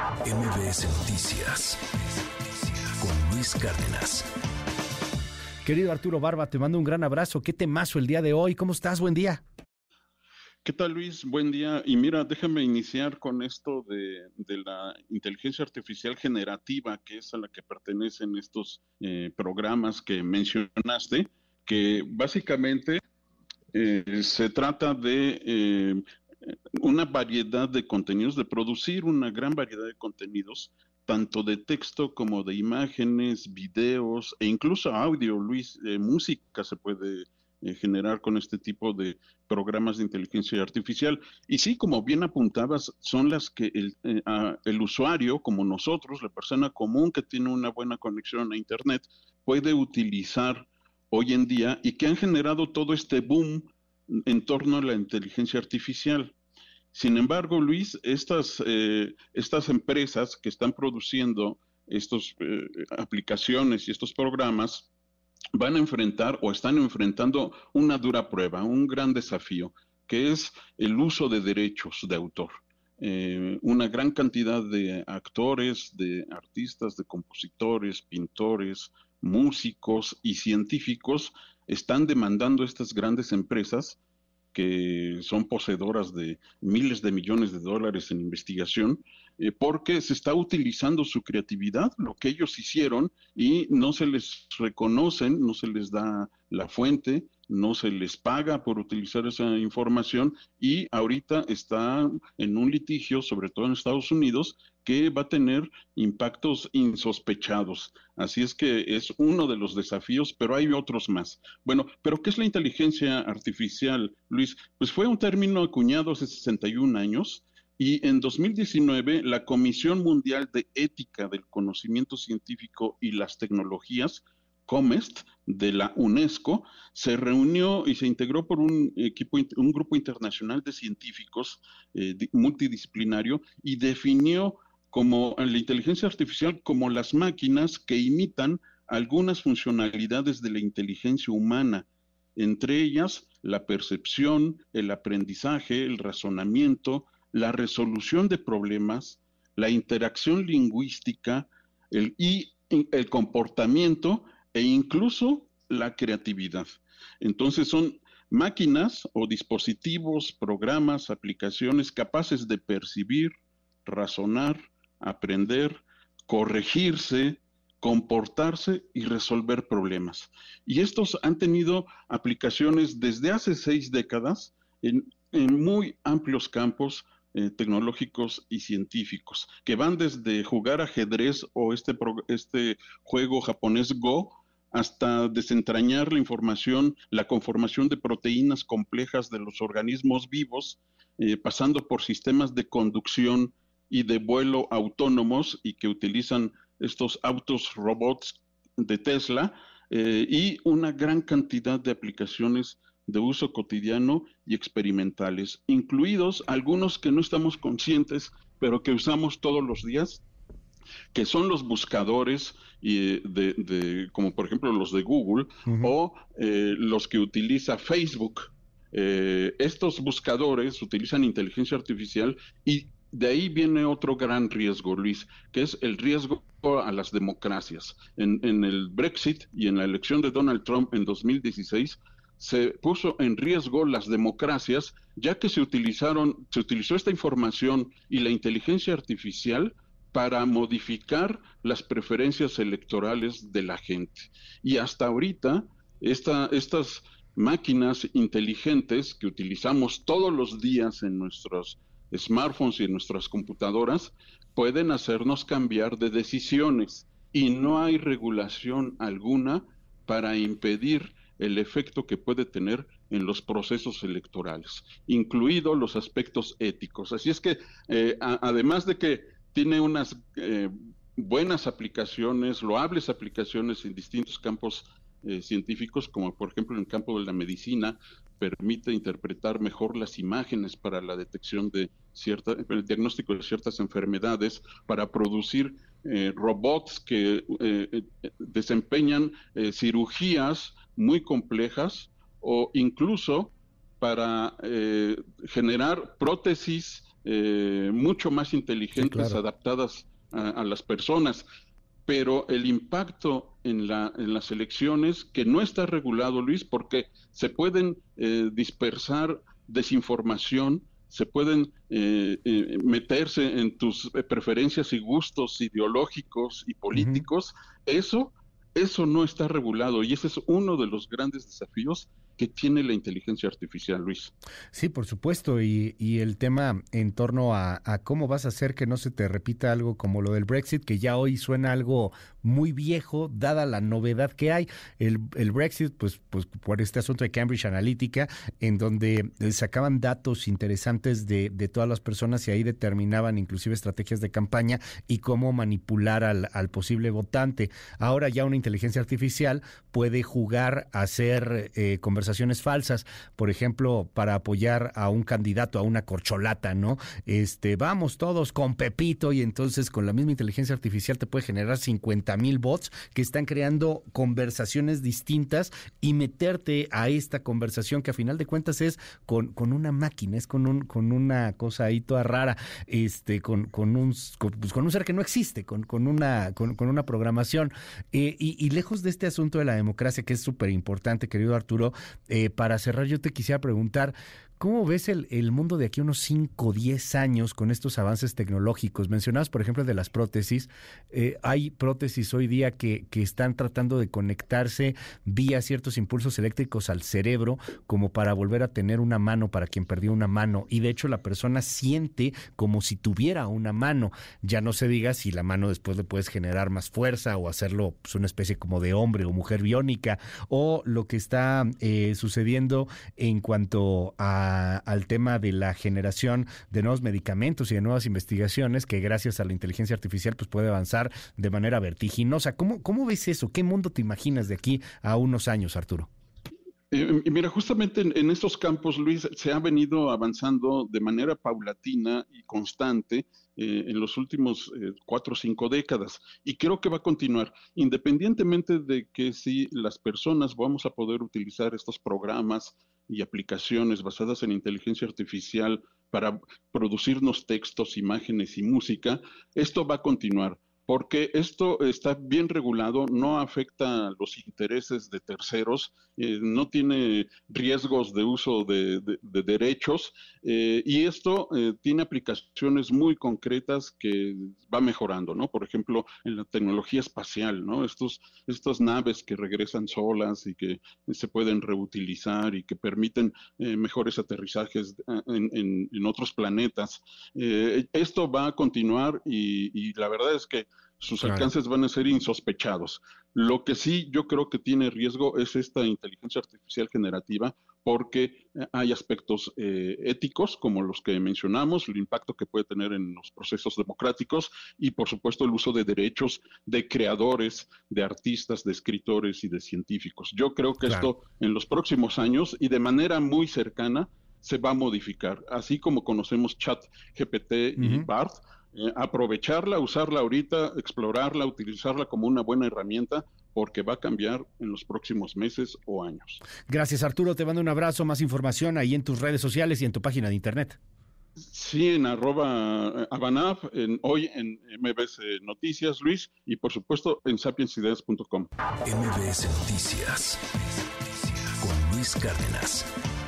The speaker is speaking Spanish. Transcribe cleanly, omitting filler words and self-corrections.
MBS Noticias con Luis Cárdenas. Querido Arturo Barba, te mando un gran abrazo. Qué temazo el día de hoy. ¿Cómo estás? Buen día. ¿Qué tal, Luis? Buen día. Y mira, déjame iniciar con esto de la inteligencia artificial generativa, que es a la que pertenecen estos programas que mencionaste, que básicamente se trata de una variedad de contenidos, de producir una gran variedad de contenidos, tanto de texto como de imágenes, videos e incluso audio, Luis, música se puede generar con este tipo de programas de inteligencia artificial. Y sí, como bien apuntabas, son las que el usuario, como nosotros, la persona común que tiene una buena conexión a Internet, puede utilizar hoy en día y que han generado todo este boom en torno a la inteligencia artificial. Sin embargo, Luis, estas empresas que están produciendo estas aplicaciones y estos programas van a enfrentar o están enfrentando una dura prueba, un gran desafío, que es el uso de derechos de autor. Una gran cantidad de actores, de artistas, de compositores, pintores, músicos y científicos están demandando a estas grandes empresas que son poseedoras de miles de millones de dólares en investigación, porque se está utilizando su creatividad, lo que ellos hicieron, y no se les reconocen, no se les da la fuente, no se les paga por utilizar esa información, y ahorita está en un litigio, sobre todo en Estados Unidos, que va a tener impactos insospechados. Así es que es uno de los desafíos, pero hay otros más. Bueno, pero ¿qué es la inteligencia artificial, Luis? Pues fue un término acuñado hace 61 años y en 2019 la Comisión Mundial de Ética del Conocimiento Científico y las Tecnologías, COMEST, de la UNESCO, se reunió y se integró por un grupo internacional de científicos multidisciplinario y definió como la inteligencia artificial como las máquinas que imitan algunas funcionalidades de la inteligencia humana, entre ellas la percepción, el aprendizaje, el razonamiento, la resolución de problemas, la interacción lingüística, el comportamiento e incluso la creatividad. Entonces son máquinas o dispositivos, programas, aplicaciones capaces de percibir, razonar, aprender, corregirse, comportarse y resolver problemas. Y estos han tenido aplicaciones desde hace 6 décadas en muy amplios campos tecnológicos y científicos, que van desde jugar ajedrez o este juego japonés Go, hasta desentrañar la información, la conformación de proteínas complejas de los organismos vivos, pasando por sistemas de conducción y de vuelo autónomos y que utilizan estos autos robots de Tesla, y una gran cantidad de aplicaciones de uso cotidiano y experimentales, incluidos algunos que no estamos conscientes, pero que usamos todos los días, que son los buscadores como por ejemplo los de Google, o los que utiliza Facebook. Estos buscadores utilizan inteligencia artificial y de ahí viene otro gran riesgo, Luis, que es el riesgo a las democracias. En el Brexit y en la elección de Donald Trump en 2016 se puso en riesgo las democracias, ya que se utilizó esta información y la inteligencia artificial para modificar las preferencias electorales de la gente. Y hasta ahorita, estas máquinas inteligentes que utilizamos todos los días en nuestros smartphones y en nuestras computadoras pueden hacernos cambiar de decisiones y no hay regulación alguna para impedir el efecto que puede tener en los procesos electorales, incluidos los aspectos éticos. Así es que, además de que tiene unas buenas aplicaciones, loables aplicaciones en distintos campos científicos, como por ejemplo en el campo de la medicina, permite interpretar mejor las imágenes para la detección de el diagnóstico de ciertas enfermedades, para producir robots que desempeñan cirugías muy complejas, o incluso para generar prótesis mucho más inteligentes, sí, claro, adaptadas a las personas. Pero el impacto en las elecciones, que no está regulado, Luis, porque se pueden dispersar desinformación, se pueden meterse en tus preferencias y gustos ideológicos y uh-huh. políticos, eso no está regulado y ese es uno de los grandes desafíos que tiene la inteligencia artificial, Luis. Sí, por supuesto, y el tema en torno a cómo vas a hacer que no se te repita algo como lo del Brexit, que ya hoy suena algo muy viejo, dada la novedad que hay. El Brexit, pues por este asunto de Cambridge Analytica, en donde sacaban datos interesantes de todas las personas y ahí determinaban inclusive estrategias de campaña y cómo manipular al posible votante. Ahora ya una inteligencia artificial puede jugar a hacer conversaciones falsas, por ejemplo, para apoyar a un candidato, a una corcholata, ¿no? Vamos todos con Pepito, y entonces con la misma inteligencia artificial te puede generar 50,000 bots que están creando conversaciones distintas y meterte a esta conversación que a final de cuentas es con una máquina, es con una cosa ahí toda rara, con un ser que no existe, con una programación. Y lejos de este asunto de la democracia, que es súper importante, querido Arturo, para cerrar yo te quisiera preguntar, ¿cómo ves el mundo de aquí a unos 5 o 10 años con estos avances tecnológicos? Mencionabas, por ejemplo, de las prótesis. Hay prótesis hoy día que están tratando de conectarse vía ciertos impulsos eléctricos al cerebro, como para volver a tener una mano para quien perdió una mano. Y de hecho la persona siente como si tuviera una mano. Ya no se diga si la mano después le puedes generar más fuerza o hacerlo pues, una especie como de hombre o mujer biónica. O lo que está sucediendo en cuanto al tema de la generación de nuevos medicamentos y de nuevas investigaciones que gracias a la inteligencia artificial pues puede avanzar de manera vertiginosa. ¿Cómo ves eso? ¿Qué mundo te imaginas de aquí a unos años, Arturo? Mira, justamente en estos campos, Luis, se ha venido avanzando de manera paulatina y constante en los últimos 4 o 5 décadas y creo que va a continuar, independientemente de que si las personas vamos a poder utilizar estos programas y aplicaciones basadas en inteligencia artificial para producirnos textos, imágenes y música, esto va a continuar. Porque esto está bien regulado, no afecta los intereses de terceros, no tiene riesgos de uso de derechos, y esto tiene aplicaciones muy concretas que va mejorando, ¿no? Por ejemplo, en la tecnología espacial, ¿no? Estas naves que regresan solas y que se pueden reutilizar y que permiten mejores aterrizajes en otros planetas. Esto va a continuar y la verdad es que sus Claro. alcances van a ser insospechados. Lo que sí yo creo que tiene riesgo es esta inteligencia artificial generativa porque hay aspectos éticos como los que mencionamos, el impacto que puede tener en los procesos democráticos y por supuesto el uso de derechos de creadores, de artistas, de escritores y de científicos. Yo creo que Claro. esto en los próximos años y de manera muy cercana se va a modificar, así como conocemos ChatGPT y Uh-huh. BART, aprovecharla, usarla ahorita, explorarla, utilizarla como una buena herramienta, porque va a cambiar en los próximos meses o años. Gracias, Arturo. Te mando un abrazo. Más información ahí en tus redes sociales y en tu página de internet. Sí, en @abanaf, hoy en MBS Noticias, Luis, y por supuesto en sapiensideas.com. MBS Noticias con Luis Cárdenas.